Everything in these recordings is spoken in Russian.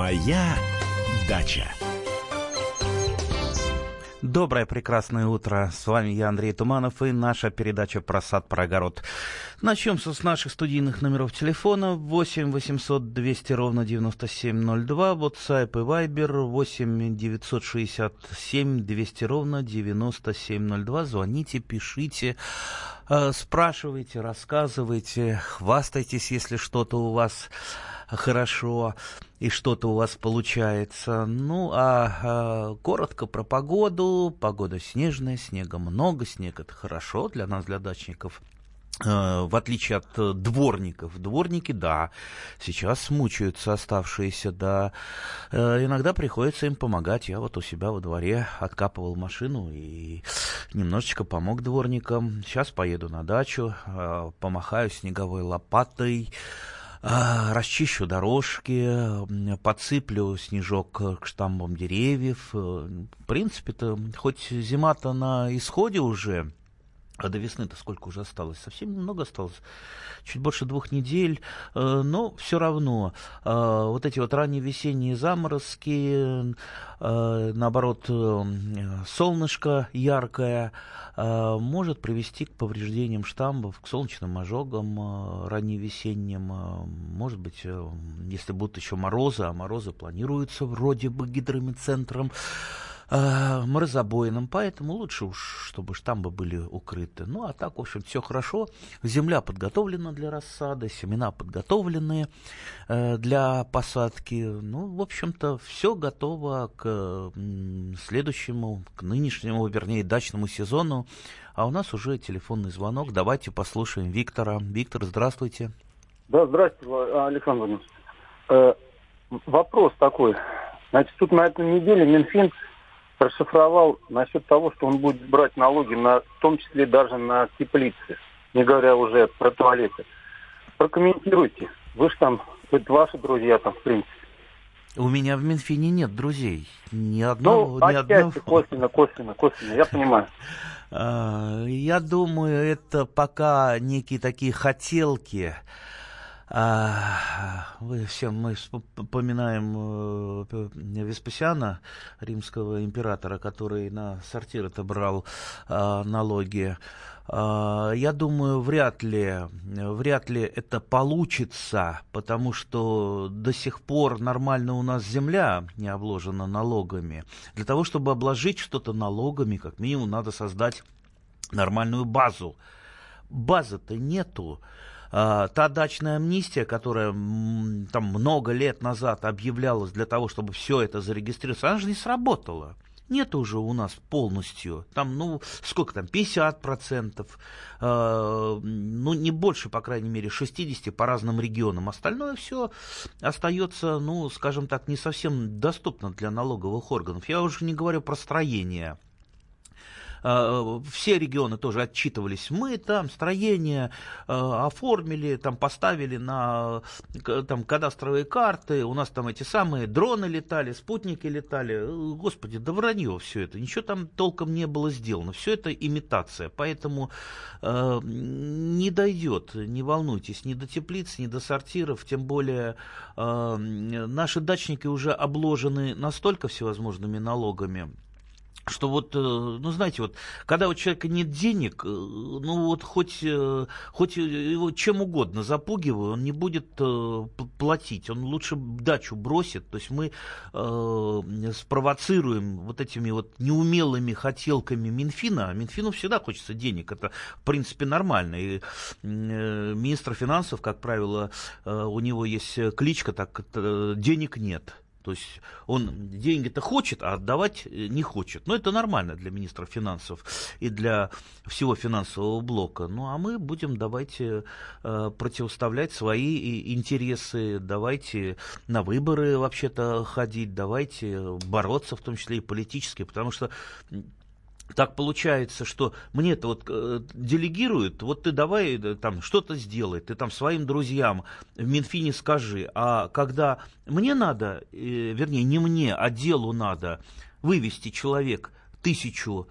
Моя дача. Доброе, прекрасное утро. С вами я, Андрей Туманов, и наша передача про сад, про огород. Начнем с наших студийных номеров телефона. 8 800 200 ровно 9702. WhatsApp и Viber 8 967 200 ровно 9702. Звоните, пишите, спрашивайте, рассказывайте, хвастайтесь, если что-то у вас хорошо и что-то у вас получается. Ну, коротко про погоду. Погода снежная, снега много, снег это хорошо для нас, для дачников. В отличие от дворников. Дворники, да, сейчас мучаются оставшиеся, да. Иногда приходится им помогать. Я вот у себя во дворе откапывал машину и немножечко помог дворникам. Сейчас поеду на дачу, помахаю снеговой лопатой, расчищу дорожки, подсыплю снежок к штамбам деревьев. В принципе-то, хоть зима-то на исходе уже, а до весны-то сколько уже осталось? Совсем немного осталось, чуть больше 2 недель, но все равно вот эти вот ранние весенние заморозки, наоборот, солнышко яркое, может привести к повреждениям штамбов, к солнечным ожогам ранневесенним. Может быть, если будут еще морозы, а морозы планируются вроде бы гидромедцентром, морозобойным, поэтому лучше уж, чтобы штамбы были укрыты. Ну, а так, в общем, все хорошо. Земля подготовлена для рассады, семена подготовлены для посадки. Ну, в общем-то, все готово к следующему, к нынешнему, вернее, дачному сезону. А у нас уже телефонный звонок. Давайте послушаем Виктора. Виктор, здравствуйте. Да, здравствуйте, Александр Иванович. Вопрос такой. Значит, тут на этой неделе Минфин расшифровал насчет того, что он будет брать налоги, в том числе даже на теплицы, не говоря уже про туалеты. Прокомментируйте. Вы же там, это ваши друзья там, в принципе. У меня в Минфине нет друзей. Ни одного. Ну, отчасти, косвенно, я понимаю. Я думаю, это пока некие такие хотелки. Мы вспоминаем Веспасиана, римского императора, который на сортиры-то брал налоги. Я думаю, вряд ли это получится, потому что до сих пор нормально у нас земля не обложена налогами. Для того, чтобы обложить что-то налогами, как минимум надо создать нормальную базу. Базы-то нету. Та дачная амнистия, которая там много лет назад объявлялась для того, чтобы все это зарегистрировать, она же не сработала. Нет уже у нас полностью, там, сколько там, 50%, не больше, по крайней мере, 60% по разным регионам. Остальное все остается, скажем так, не совсем доступно для налоговых органов. Я уже не говорю про строение. Все регионы тоже отчитывались. Мы там строение оформили, там поставили на там кадастровые карты, у нас там эти самые дроны летали, спутники летали. Господи, да вранье все это. Ничего там толком не было сделано. Все это имитация. Поэтому не дойдет, не волнуйтесь, ни до теплиц, ни до сортиров. Тем более наши дачники уже обложены настолько всевозможными налогами, что знаете, когда у человека нет денег, хоть его чем угодно запугиваю, он не будет платить, он лучше дачу бросит. То есть мы спровоцируем вот этими неумелыми хотелками Минфина. А Минфину всегда хочется денег, это в принципе нормально. И министр финансов, как правило, у него есть кличка, денег нет. То есть он деньги-то хочет, а отдавать не хочет. Но это нормально для министра финансов и для всего финансового блока. А мы будем, давайте, противоставлять свои интересы, давайте на выборы вообще-то ходить, давайте бороться, в том числе и политически, потому что так получается, что мне-то делегируют, ты давай там что-то сделай, ты там своим друзьям в Минфине скажи, а когда мне надо, вернее не мне, а делу надо вывести человек 1000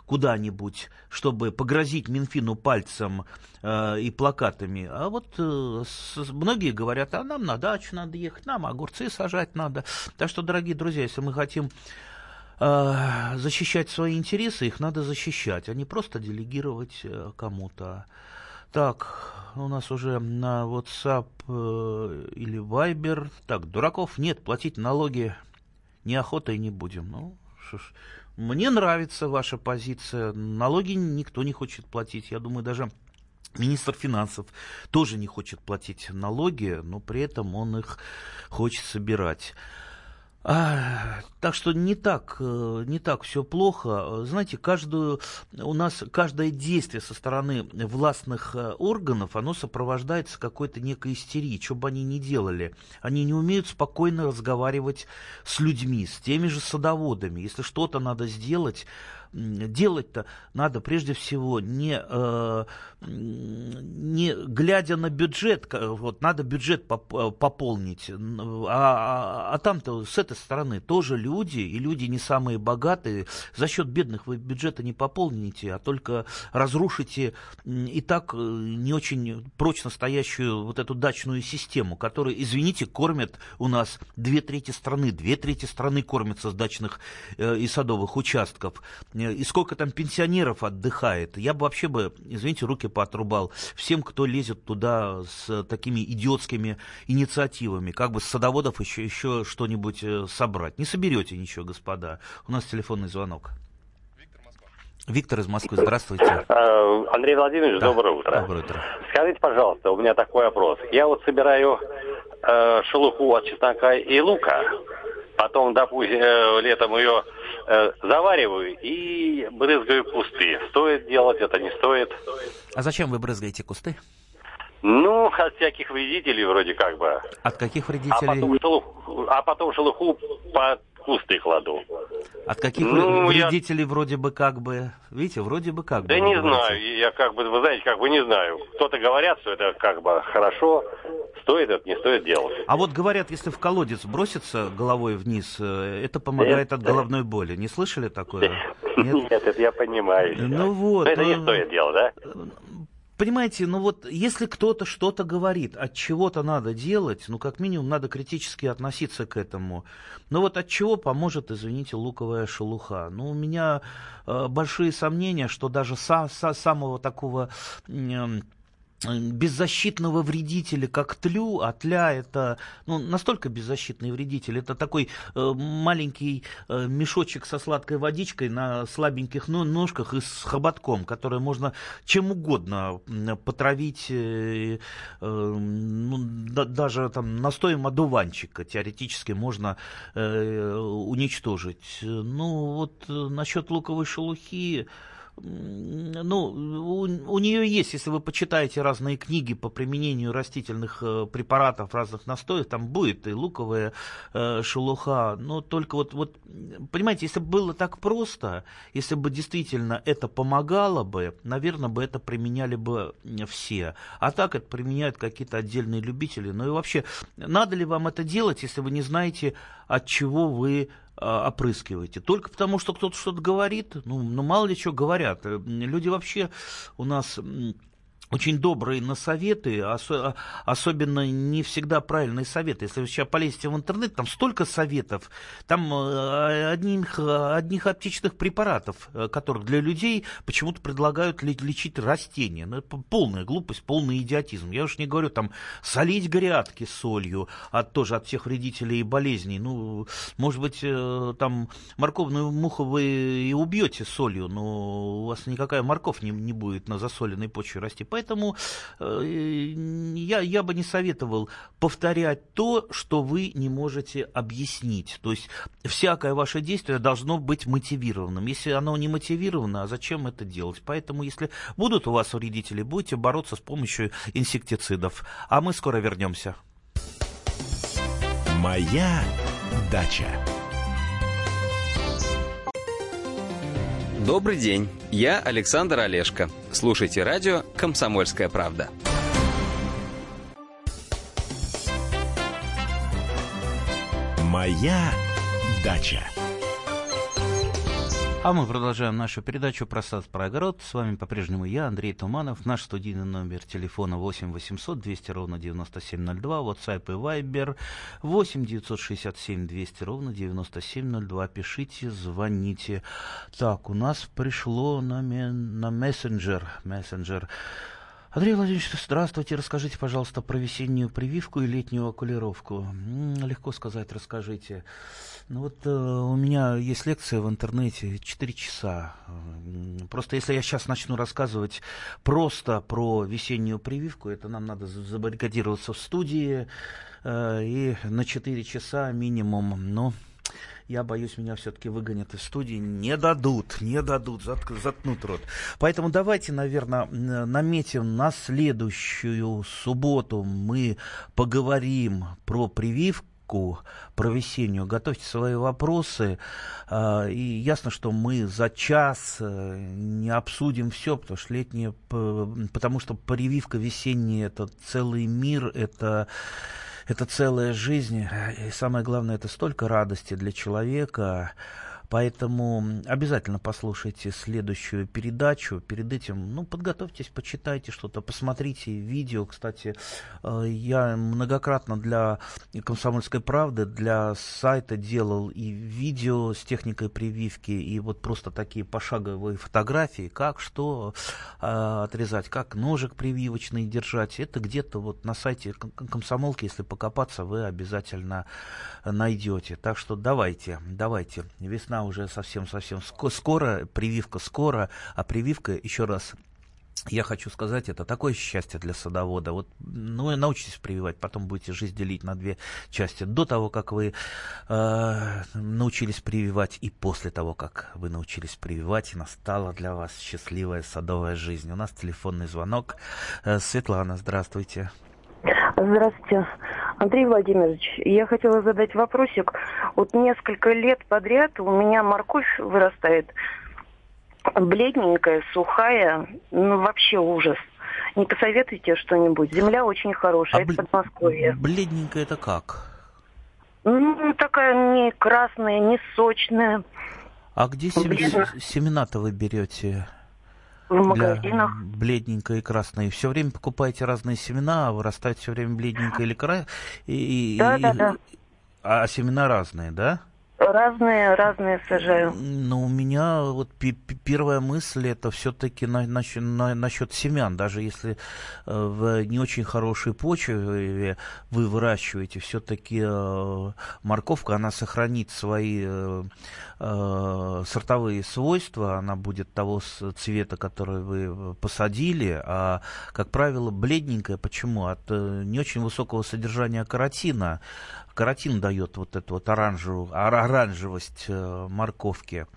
куда-нибудь, чтобы погрозить Минфину пальцем и плакатами. А вот многие говорят, а нам на дачу надо ехать, нам огурцы сажать надо. Так что, дорогие друзья, если мы хотим защищать свои интересы, их надо защищать, а не просто делегировать кому-то. Так, у нас уже на WhatsApp или Viber. Так, дураков нет, платить налоги неохота и не будем. Ну, что ж, мне нравится ваша позиция. Налоги никто не хочет платить. Я думаю, даже министр финансов тоже не хочет платить налоги, но при этом он их хочет собирать. Так что не так все плохо. Знаете, у нас каждое действие со стороны властных органов, оно сопровождается какой-то некой истерией, что бы они ни делали. Они не умеют спокойно разговаривать с людьми, с теми же садоводами. Если что-то надо сделать, делать-то надо прежде всего не глядя на бюджет, вот надо бюджет пополнить, а там-то с этой стороны тоже люди, и люди не самые богатые. За счет бедных вы бюджета не пополните, а только разрушите и так не очень прочно стоящую вот эту дачную систему, которая, извините, кормит у нас 2/3 страны. 2/3 страны кормятся с дачных и садовых участков. И сколько там пенсионеров отдыхает. Я бы вообще, извините, руки поотрубал всем, кто лезет туда с такими идиотскими инициативами, как бы с садоводов еще что-нибудь собрать. Не соберете ничего, господа. У нас телефонный звонок. Виктор из Москвы, здравствуйте. Андрей Владимирович, да. Доброе утро. Доброе утро. Скажите, пожалуйста, у меня такой вопрос. Я вот собираю шелуху от чеснока и лука, потом, допустим, летом ее завариваю и брызгаю кусты. Стоит делать это, не стоит? А зачем вы брызгаете кусты? Ну, от всяких вредителей вроде как бы. От каких вредителей? А потом шелуху под кусты кладу. От каких вредителей вроде бы как бы? Видите, вроде бы как бы. Да не знаю, я как бы, вы знаете, как бы не знаю. Кто-то говорят, что это как бы хорошо, стоит это, не стоит делать. А вот говорят, если в колодец броситься головой вниз, это помогает от головной боли. Не слышали такое? Нет, это я понимаю. Ну вот. Но это не стоит делать, да? Понимаете, ну вот если кто-то что-то говорит, от чего-то надо делать, ну как минимум надо критически относиться к этому. Но вот от чего поможет, извините, луковая шелуха? Ну у меня большие сомнения, что даже самого такого беззащитного вредителя, как тлю, а тля это настолько беззащитный вредитель, это такой маленький мешочек со сладкой водичкой на слабеньких ножках и с хоботком, который можно чем угодно потравить, даже там настоем одуванчика теоретически можно уничтожить. Ну вот насчет луковой шелухи, у нее есть, если вы почитаете разные книги по применению растительных препаратов, разных настоев, там будет и луковая шелуха, но только вот, понимаете, если бы было так просто, если бы действительно это помогало бы, наверное, бы это применяли бы все, а так это применяют какие-то отдельные любители. Ну и вообще, надо ли вам это делать, если вы не знаете, от чего вы опрыскиваете? Только потому, что кто-то что-то говорит? Ну, мало ли что говорят. Люди вообще у нас очень добрые на советы, особенно не всегда правильные советы. Если вы сейчас полезете в интернет, там столько советов, там одних аптечных препаратов, которых для людей почему-то предлагают лечить растения. Ну, это полная глупость, полный идиотизм. Я уж не говорю там солить грядки солью, тоже от всех вредителей и болезней. Ну, может быть, там морковную муху вы и убьете солью, но у вас никакая морковь не будет на засоленной почве расти. Поэтому я бы не советовал повторять то, что вы не можете объяснить. То есть всякое ваше действие должно быть мотивированным. Если оно не мотивировано, а зачем это делать? Поэтому если будут у вас вредители, будете бороться с помощью инсектицидов. А мы скоро вернемся. Моя дача. Добрый день, я Александр Олешко. Слушайте радио «Комсомольская правда». Моя дача. А мы продолжаем нашу передачу про сад, про огород. С вами по-прежнему я, Андрей Туманов. Наш студийный номер телефона 8 800 200 ровно 9702. WhatsApp и Viber 8 967 200 ровно 9702. Пишите, звоните. Так, у нас пришло на мессенджер. Андрей Владимирович, здравствуйте. Расскажите, пожалуйста, про весеннюю прививку и летнюю окулировку. Легко сказать, расскажите. Ну вот у меня есть лекция в интернете 4 часа. Просто если я сейчас начну рассказывать просто про весеннюю прививку, это нам надо забаррикадироваться в студии и на 4 часа минимум, но... Я боюсь, меня все-таки выгонят из студии. Не дадут, заткнут рот. Поэтому давайте, наверное, наметим на следующую субботу. Мы поговорим про прививку, про весеннюю. Готовьте свои вопросы. И ясно, что мы за час не обсудим все, потому что прививка весенняя — это целый мир, это целая жизнь, и самое главное, это столько радости для человека. Поэтому обязательно послушайте следующую передачу. Перед этим, подготовьтесь, почитайте что-то, посмотрите видео. Кстати, я многократно для «Комсомольской правды», для сайта делал и видео с техникой прививки, и вот просто такие пошаговые фотографии, как что отрезать, как ножик прививочный держать. Это где-то вот на сайте «Комсомолки», если покопаться, вы обязательно найдете. Так что давайте. Весна уже совсем скоро, прививка скоро, а прививка, еще раз я хочу сказать, это такое счастье для садовода. Вот, научитесь прививать, потом будете жизнь делить на две части. До того, как вы научились прививать, и после того, как вы научились прививать, и настала для вас счастливая садовая жизнь. У нас телефонный звонок. Светлана, здравствуйте. Здравствуйте, Андрей Владимирович. Я хотела задать вопросик. Вот несколько лет подряд у меня морковь вырастает бледненькая, сухая, вообще ужас. Не посоветуйте что-нибудь? Земля очень хорошая, это Подмосковье. Бледненькая это как? Такая не красная, не сочная. А где семена-то вы берете? В магазинах. Бледненькое и красное. И все время покупаете разные семена, а вырастает все время бледненькое или красное. Да. А семена разные, да? Разные сажаю. Но у меня вот первая мысль это все-таки насчет семян. Даже если в не очень хорошей почве вы выращиваете, все-таки морковка, она сохранит свои сортовые свойства, она будет того цвета, который вы посадили, а, как правило, бледненькая. Почему? От не очень высокого содержания каротина. Каротин дает вот эту вот оранжевость морковки.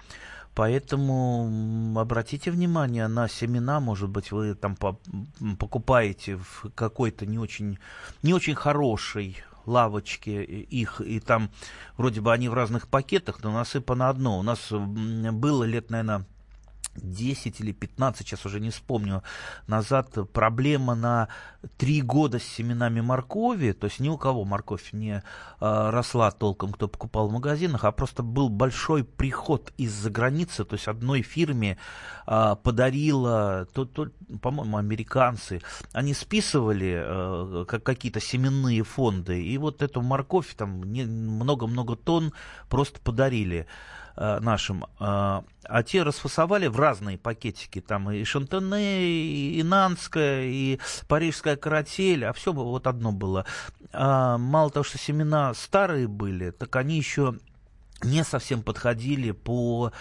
Поэтому обратите внимание на семена. Может быть, вы там покупаете в какой-то не очень хорошей лавочке их, и там вроде бы они в разных пакетах, но насыпано одно. У нас было лет, наверное, 10 или 15, сейчас уже не вспомню, назад проблема на 3 года с семенами моркови, то есть ни у кого морковь не росла толком, кто покупал в магазинах, а просто был большой приход из-за границы, то есть одной фирме подарила, по-моему, американцы, они списывали какие-то семенные фонды, и вот эту морковь, там много-много тонн просто подарили нашим, а те расфасовали в разные пакетики, там и Шантоне, и Нанская, и Парижская каратель, а все вот одно было. Мало того, что семена старые были, так они еще не совсем подходили по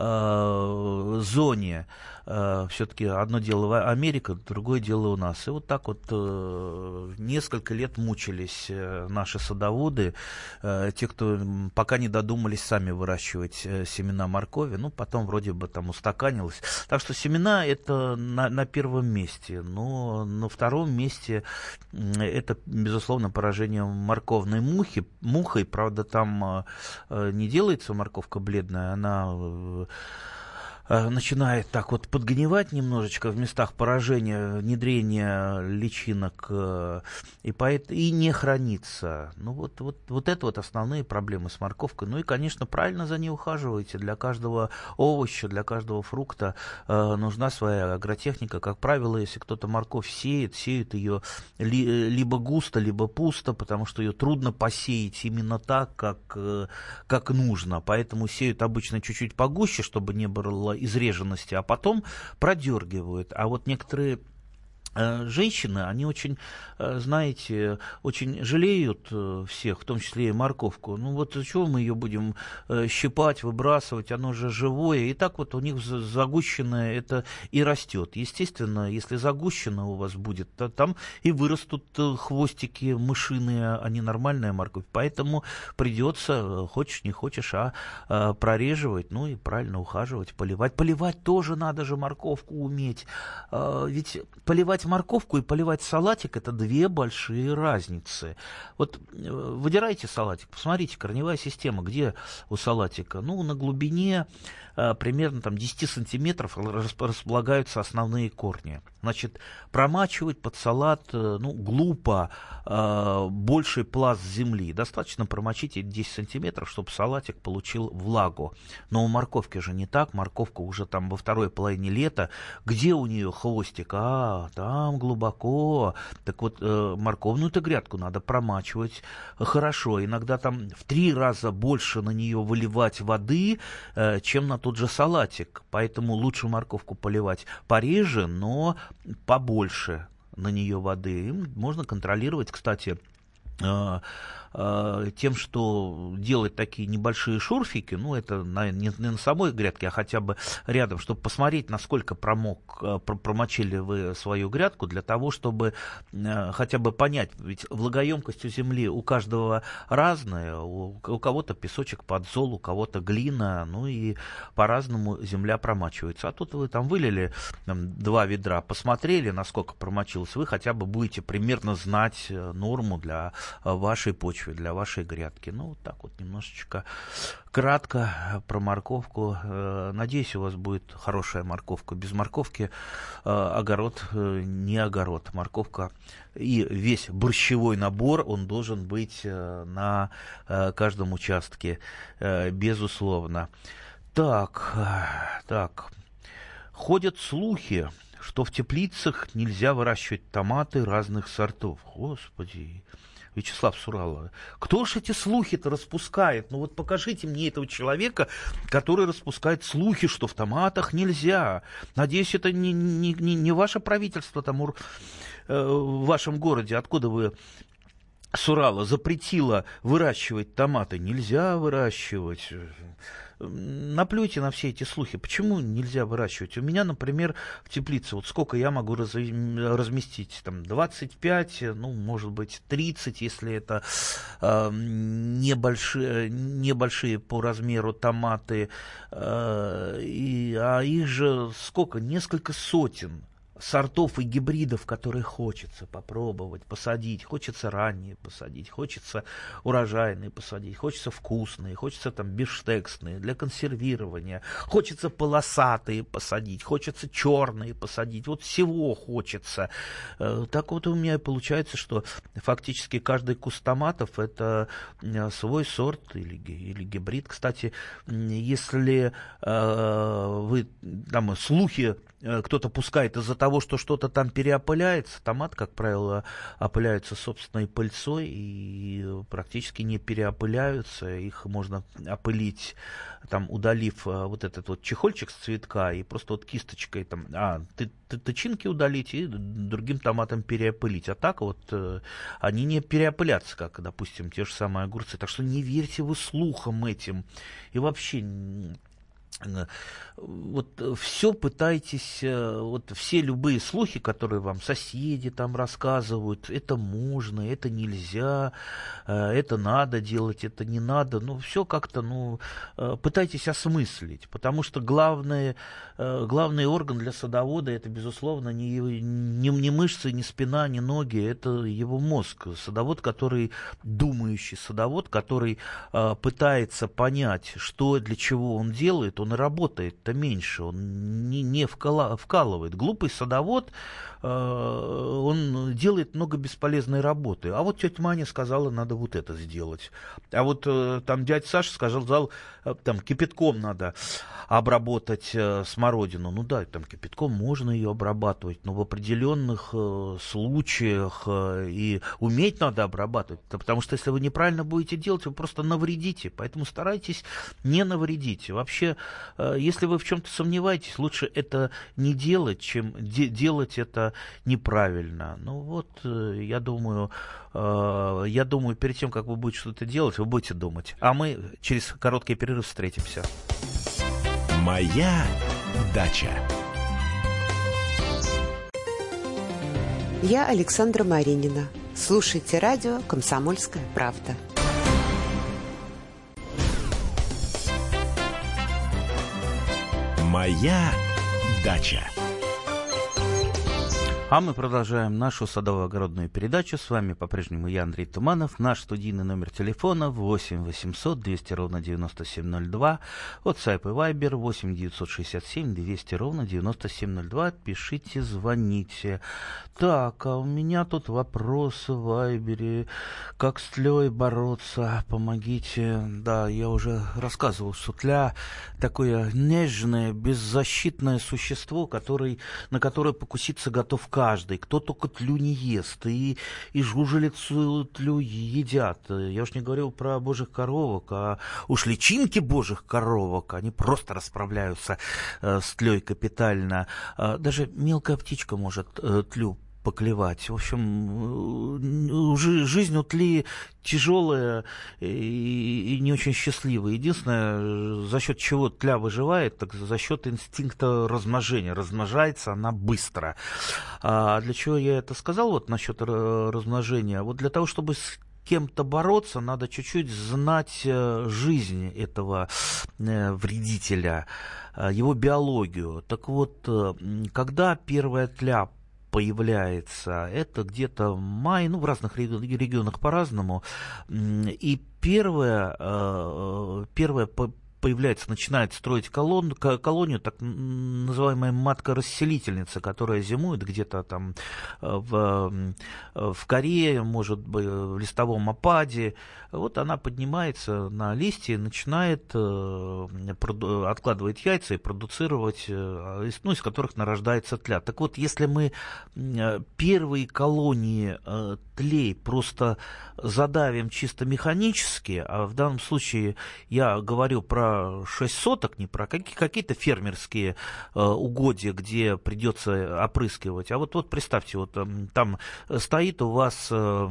зоне. Все-таки одно дело Америка, другое дело у нас. И вот так вот несколько лет мучились наши садоводы, те, кто пока не додумались сами выращивать семена моркови, потом вроде бы там устаканилось. Так что семена это на первом месте, но на втором месте это, безусловно, поражение морковной мухой. Правда, там не делается морковка бледная, она начинает так вот подгнивать немножечко в местах поражения, внедрения личинок и не хранится. Ну вот это вот основные проблемы с морковкой. Ну и, конечно, правильно за ней ухаживайте. Для каждого овоща, для каждого фрукта нужна своя агротехника. Как правило, если кто-то морковь сеет ее либо густо, либо пусто, потому что ее трудно посеять именно так, как нужно. Поэтому сеют обычно чуть-чуть погуще, чтобы не было изреженности, а потом продергивают. А вот некоторые женщины, они очень, знаете, очень жалеют всех, в том числе и морковку. Ну вот чего мы ее будем щипать, выбрасывать, оно же живое. И так вот у них загущенное это и растет. Естественно, если загущено у вас будет, то там и вырастут хвостики мышиные, а не нормальная морковь. Поэтому придется, хочешь не хочешь, прореживать, ну и правильно ухаживать, поливать. Поливать тоже надо же морковку уметь. Ведь поливать морковку и поливать салатик — это две большие разницы. Вот выдирайте салатик, посмотрите, корневая система, где у салатика? Ну, на глубине примерно там 10 сантиметров располагаются основные корни. Значит, промачивать под салат, глупо, больший пласт земли. Достаточно промочить эти 10 сантиметров, чтобы салатик получил влагу. Но у морковки же не так. Морковка уже там во второй половине лета. Где у нее хвостик? Там глубоко. Так вот, морковную-то грядку надо промачивать хорошо. Иногда там в 3 раза больше на нее выливать воды, чем на тот же салатик. Поэтому лучше морковку поливать пореже, но побольше на нее воды. И можно контролировать, кстати, тем, что делать такие небольшие шурфики, это не на самой грядке, а хотя бы рядом, чтобы посмотреть, насколько промочили вы свою грядку, для того, чтобы хотя бы понять, ведь влагоемкость у земли у каждого разная, у кого-то песочек подзол, у кого-то глина, и по-разному земля промачивается. А тут вы там вылили 2 ведра, посмотрели, насколько промочилось, вы хотя бы будете примерно знать норму для вашей почвы, для вашей грядки. Вот так вот немножечко кратко про морковку. Надеюсь, у вас будет хорошая морковка. Без морковки огород не огород. Морковка и весь борщевой набор, он должен быть на каждом участке, безусловно. Так. Ходят слухи, что в теплицах нельзя выращивать томаты разных сортов. Господи, Вячеслав Суралов, кто ж эти слухи-то распускает? Покажите мне этого человека, который распускает слухи, что в томатах нельзя. Надеюсь, это не ваше правительство там в вашем городе, откуда вы, Сурала, запретила выращивать томаты. Нельзя выращивать. Наплюйте на все эти слухи. Почему нельзя выращивать? У меня, например, в теплице, сколько я могу разместить? 25, может быть, 30, если это небольшие по размеру томаты. А их же сколько? Несколько сотен сортов и гибридов, которые хочется попробовать, посадить. Хочется ранние посадить, хочется урожайные посадить, хочется вкусные, хочется бифштексные для консервирования, хочется полосатые посадить, хочется черные посадить. Всего хочется. Так вот у меня и получается, что фактически каждый куст томатов — это свой сорт или гибрид. Кстати, если вы слухи кто-то пускает из-за того, что что-то там переопыляется, томат, как правило, опыляются собственной пыльцой и практически не переопыляются. Их можно опылить, удалив этот чехольчик с цветка и просто кисточкой тычинки удалить и другим томатом переопылить. А так они не переопылятся, как, допустим, те же самые огурцы. Так что не верьте вы слухам этим. И вообще все пытайтесь, все любые слухи, которые вам соседи рассказывают, это можно, это нельзя, это надо делать, это не надо, все как-то, пытайтесь осмыслить, потому что главный орган для садовода — это, безусловно, не мышцы, не спина, не ноги, это его мозг. Садовод, который думающий, садовод, который пытается понять, что, для чего он делает, будет, он и работает-то меньше, он не вкалывает. Глупый садовод, он делает много бесполезной работы. А вот тетя Маня сказала, надо вот это сделать. А вот там дядя Саша сказал, там кипятком надо обработать смородину. Ну да, там кипятком можно ее обрабатывать, но в определенных случаях и уметь надо обрабатывать. Потому что если вы неправильно будете делать, вы просто навредите. Поэтому старайтесь не навредить. Вообще, если вы в чем-то сомневаетесь, лучше это не делать, чем делать это неправильно. Ну вот, я думаю, перед тем, как вы будете что-то делать, вы будете думать. А мы через короткий перерыв встретимся. Моя дача. Я Александра Маринина. Слушайте радио «Комсомольская правда». Моя дача. А мы продолжаем нашу садово-огородную передачу. С вами по-прежнему я, Андрей Туманов. Наш студийный номер телефона 8 800 200 ровно 9702. WhatsApp и Viber 8 967 200 ровно 9702. Пишите, звоните. Так, а у меня тут вопрос в Вайбере. Как с тлей бороться? Помогите. Да, я уже рассказывал, что тля такое нежное, беззащитное существо, на которое покуситься готов каждый, кто только тлю не ест, и жужелицу тлю едят. Я уж не говорил про божьих коровок, а уж личинки божьих коровок, они просто расправляются с тлей капитально. Даже мелкая птичка может тлю поклевать. В общем, жизнь у тли тяжелая и не очень счастливая. Единственное, за счет чего тля выживает, так за счет инстинкта размножения. Размножается она быстро. А для чего я это сказал вот насчет размножения? Вот для того, чтобы с кем-то бороться, надо чуть-чуть знать жизнь этого вредителя, его биологию. Так вот, когда первая тля появляется, это где-то май, в разных регионах по-разному, и первое появляется, начинает строить колонию, так называемая матка-расселительница, которая зимует где-то там в коре, может быть, в листовом опаде. Вот она поднимается на листья, начинает откладывать яйца и продуцировать, из которых нарождается тля. Так вот, если мы первые колонии тлей просто задавим чисто механически, а в данном случае я говорю про 6 соток, не про какие-то фермерские угодья, где придется опрыскивать, а вот представьте, вот там стоит у вас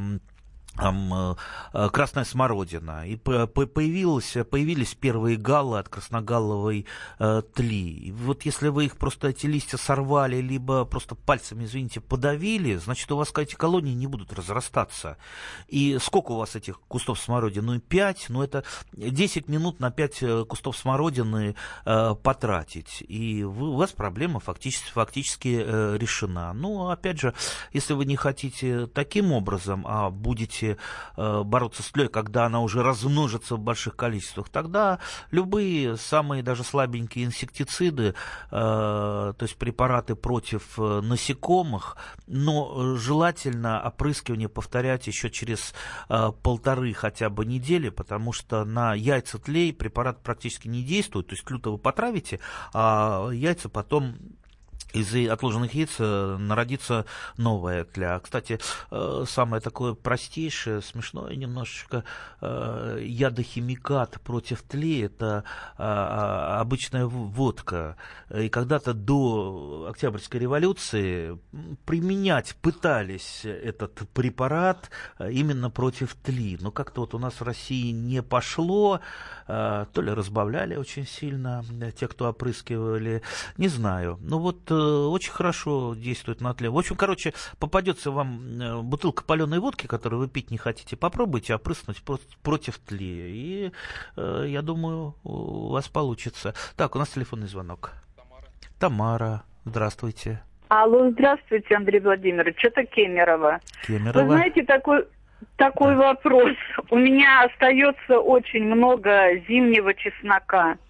красная смородина, и появились первые галлы от красногалловой тли. И вот если вы их просто, эти листья, сорвали, либо просто пальцами, извините, подавили, значит, у вас эти колонии не будут разрастаться. И сколько у вас этих кустов смородины? 5, это 10 минут на 5 кустов смородины потратить. И у вас проблема фактически решена. Опять же, если вы не хотите таким образом, а будете бороться с тлей, когда она уже размножится в больших количествах, тогда любые самые даже слабенькие инсектициды, то есть препараты против насекомых, но желательно опрыскивание повторять еще через 1,5 хотя бы недели, потому что на яйца тлей препарат практически не действует, то есть тлю-то вы потравите, а яйца потом из отложенных яиц народится новая тля. Кстати, самое такое простейшее, смешное немножечко ядохимикат против тли – это обычная водка. И когда-то до Октябрьской революции применять пытались этот препарат именно против тли. Но как-то вот у нас в России не пошло, то ли разбавляли очень сильно те, кто опрыскивали, не знаю. Очень хорошо действует на тле. В общем, попадется вам бутылка паленой водки, которую вы пить не хотите, попробуйте опрыснуть против тли. И я думаю, у вас получится. Так, у нас телефонный звонок. Тамара, здравствуйте. Алло, здравствуйте, Андрей Владимирович. Это Кемерово. Вы знаете, такой вопрос. У меня остается очень много зимнего чеснока.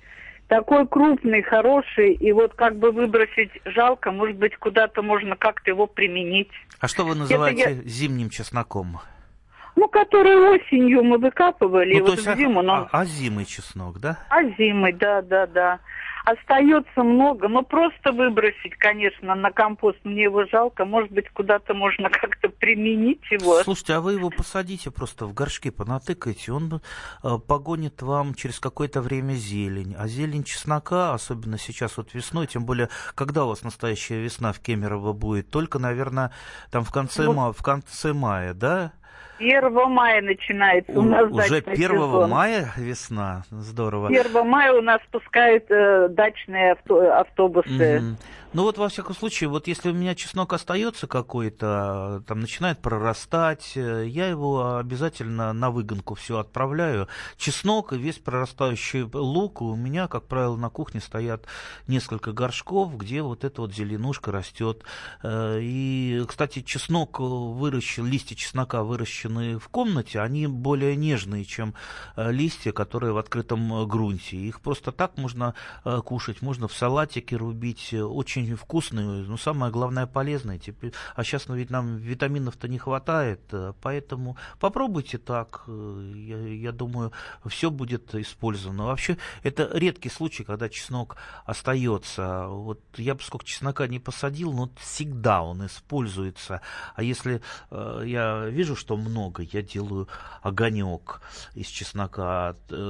такой крупный, хороший, и вот как бы выбросить жалко, может быть, куда-то можно как-то его применить. А что вы называете зимним чесноком? Ну, который осенью мы выкапывали, ну, вот в зиму. Озимый чеснок, да? Озимый, да. Остается много, но просто выбросить, конечно, на компост мне его жалко. Может быть, куда-то можно как-то применить его. Слушайте, а вы его посадите просто в горшки, понатыкайте, он погонит вам через какое-то время зелень. А зелень чеснока, особенно сейчас вот весной, тем более, когда у вас настоящая весна в Кемерово будет? Только, наверное, там в конце мая, да? 1 мая начинается у нас уже дачный 1 сезон. мая весна? Здорово. 1 мая у нас пускают дачные автобусы. Угу. Ну вот, во всяком случае, вот если у меня чеснок остается какой-то, там начинает прорастать, я его обязательно на выгонку все отправляю. Чеснок и весь прорастающий лук у меня, как правило, на кухне стоят несколько горшков, где вот эта вот зеленушка растет. И, кстати, чеснок выращен, листья чеснока выращенные в комнате, они более нежные, чем листья, которые в открытом грунте. Их просто так можно кушать, можно в салатике рубить, очень вкусные, но самое главное полезные. А сейчас ведь нам витаминов-то не хватает, поэтому попробуйте так, я думаю, все будет использовано. Вообще, это редкий случай, когда чеснок остается. Вот я, поскольку чеснока не посадил, но всегда он используется. А если я вижу, что много, я делаю огонек из чеснока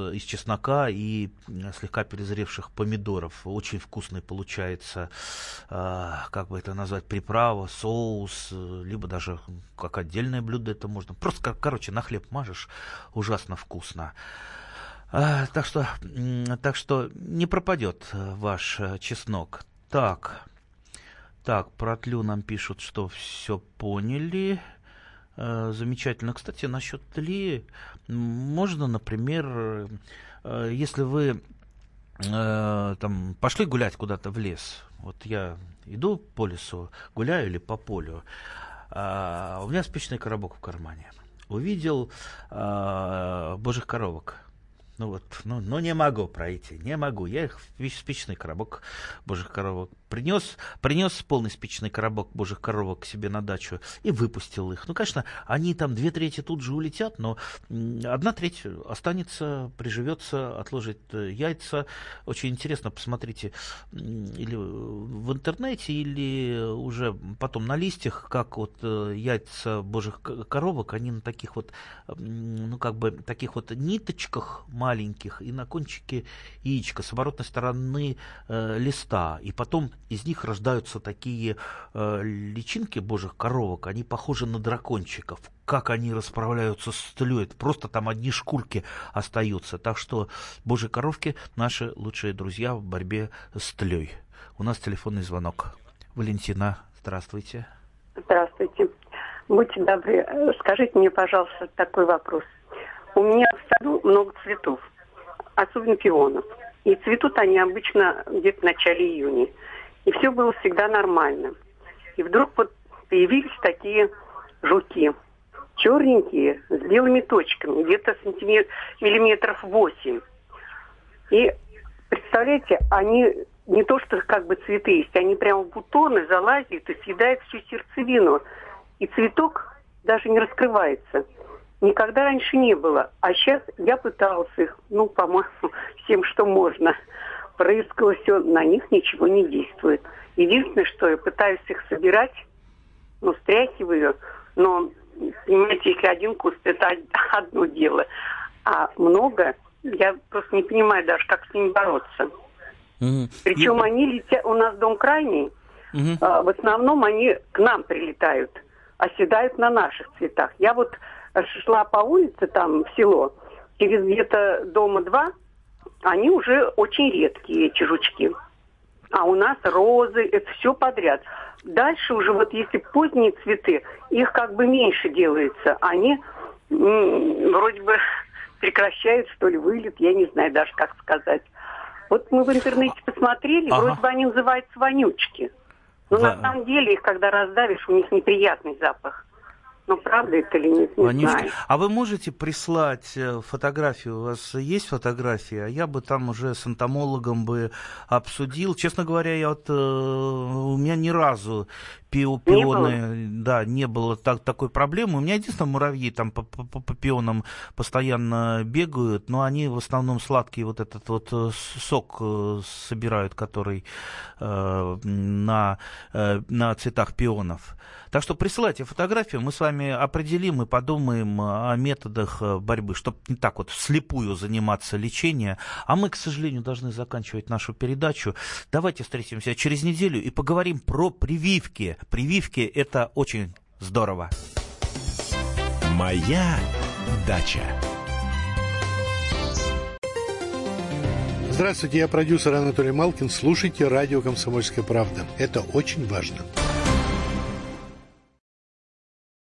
и слегка перезревших помидоров. Очень вкусный получается, как бы это назвать, приправа, соус, либо даже как отдельное блюдо это можно. Просто, короче, на хлеб мажешь, ужасно вкусно. Так что не пропадет ваш чеснок. Так, про тлю нам пишут, что все поняли. Замечательно. Кстати, насчет тли, можно, например, если вы там пошли гулять куда-то в лес, вот я иду по лесу, гуляю или по полю, у меня спичный коробок в кармане. Увидел божьих коровок. Ну не могу пройти, не могу. Я их в спичный коробок божьих коровок принес полный спичный коробок божьих коровок к себе на дачу и выпустил их. Ну, конечно, они там 2/3 тут же улетят, но 1/3 останется, приживется, отложит яйца. Очень интересно, посмотрите или в интернете, или уже потом на листьях, как вот яйца божьих коровок, они на таких вот, таких вот ниточках маленьких и на кончике яичка с оборотной стороны листа. И потом из них рождаются такие личинки божьих коровок, они похожи на дракончиков. Как они расправляются с тлей, это просто там одни шкурки остаются. Так что божьи коровки наши лучшие друзья в борьбе с тлей. У нас телефонный звонок. Валентина, здравствуйте. Здравствуйте. Будьте добры, скажите мне, пожалуйста, такой вопрос. У меня в саду много цветов, особенно пионов. И цветут они обычно где-то в начале июня. И все было всегда нормально. И вдруг вот появились такие жуки. Черненькие, с белыми точками, где-то миллиметров 8. И, представляете, они не то что как бы цветы есть, они прямо в бутоны залазят и съедают всю сердцевину. И цветок даже не раскрывается. Никогда раньше не было. А сейчас я пыталась их, по-моему, всем, что можно. Прыскала все, на них ничего не действует. Единственное, что я пытаюсь их собирать, стряхиваю, но, понимаете, если один куст, это одно дело. А много, я просто не понимаю даже, как с ними бороться. Причем они летят, у нас дом крайний, в основном они к нам прилетают, оседают на наших цветах. Я вот шла по улице там в село, через где-то дома 2, они уже очень редкие, эти жучки. А у нас розы, это все подряд. Дальше уже вот если поздние цветы, их как бы меньше делается. Они вроде бы прекращают, что ли, вылет, я не знаю даже, как сказать. Вот мы в интернете посмотрели, вроде бы они называются вонючки. Но на самом деле их, когда раздавишь, у них неприятный запах. Но правда это или нет, не Ванюшка, знаю. а вы можете прислать фотографию? У вас есть фотография? Я бы там уже с энтомологом бы обсудил. Честно говоря, у меня ни разу пионы, не было такой проблемы. У меня единственное, муравьи там по пионам постоянно бегают, но они в основном сладкий вот этот вот сок собирают, который на цветах пионов. Так что присылайте фотографию, мы с вами определим и подумаем о методах борьбы, чтобы не так вот вслепую заниматься лечением. А мы, к сожалению, должны заканчивать нашу передачу. Давайте встретимся через неделю и поговорим про прививки. Прививки – это очень здорово. Моя дача. Здравствуйте, я продюсер Анатолий Малкин. Слушайте радио «Комсомольская правда». Это очень важно.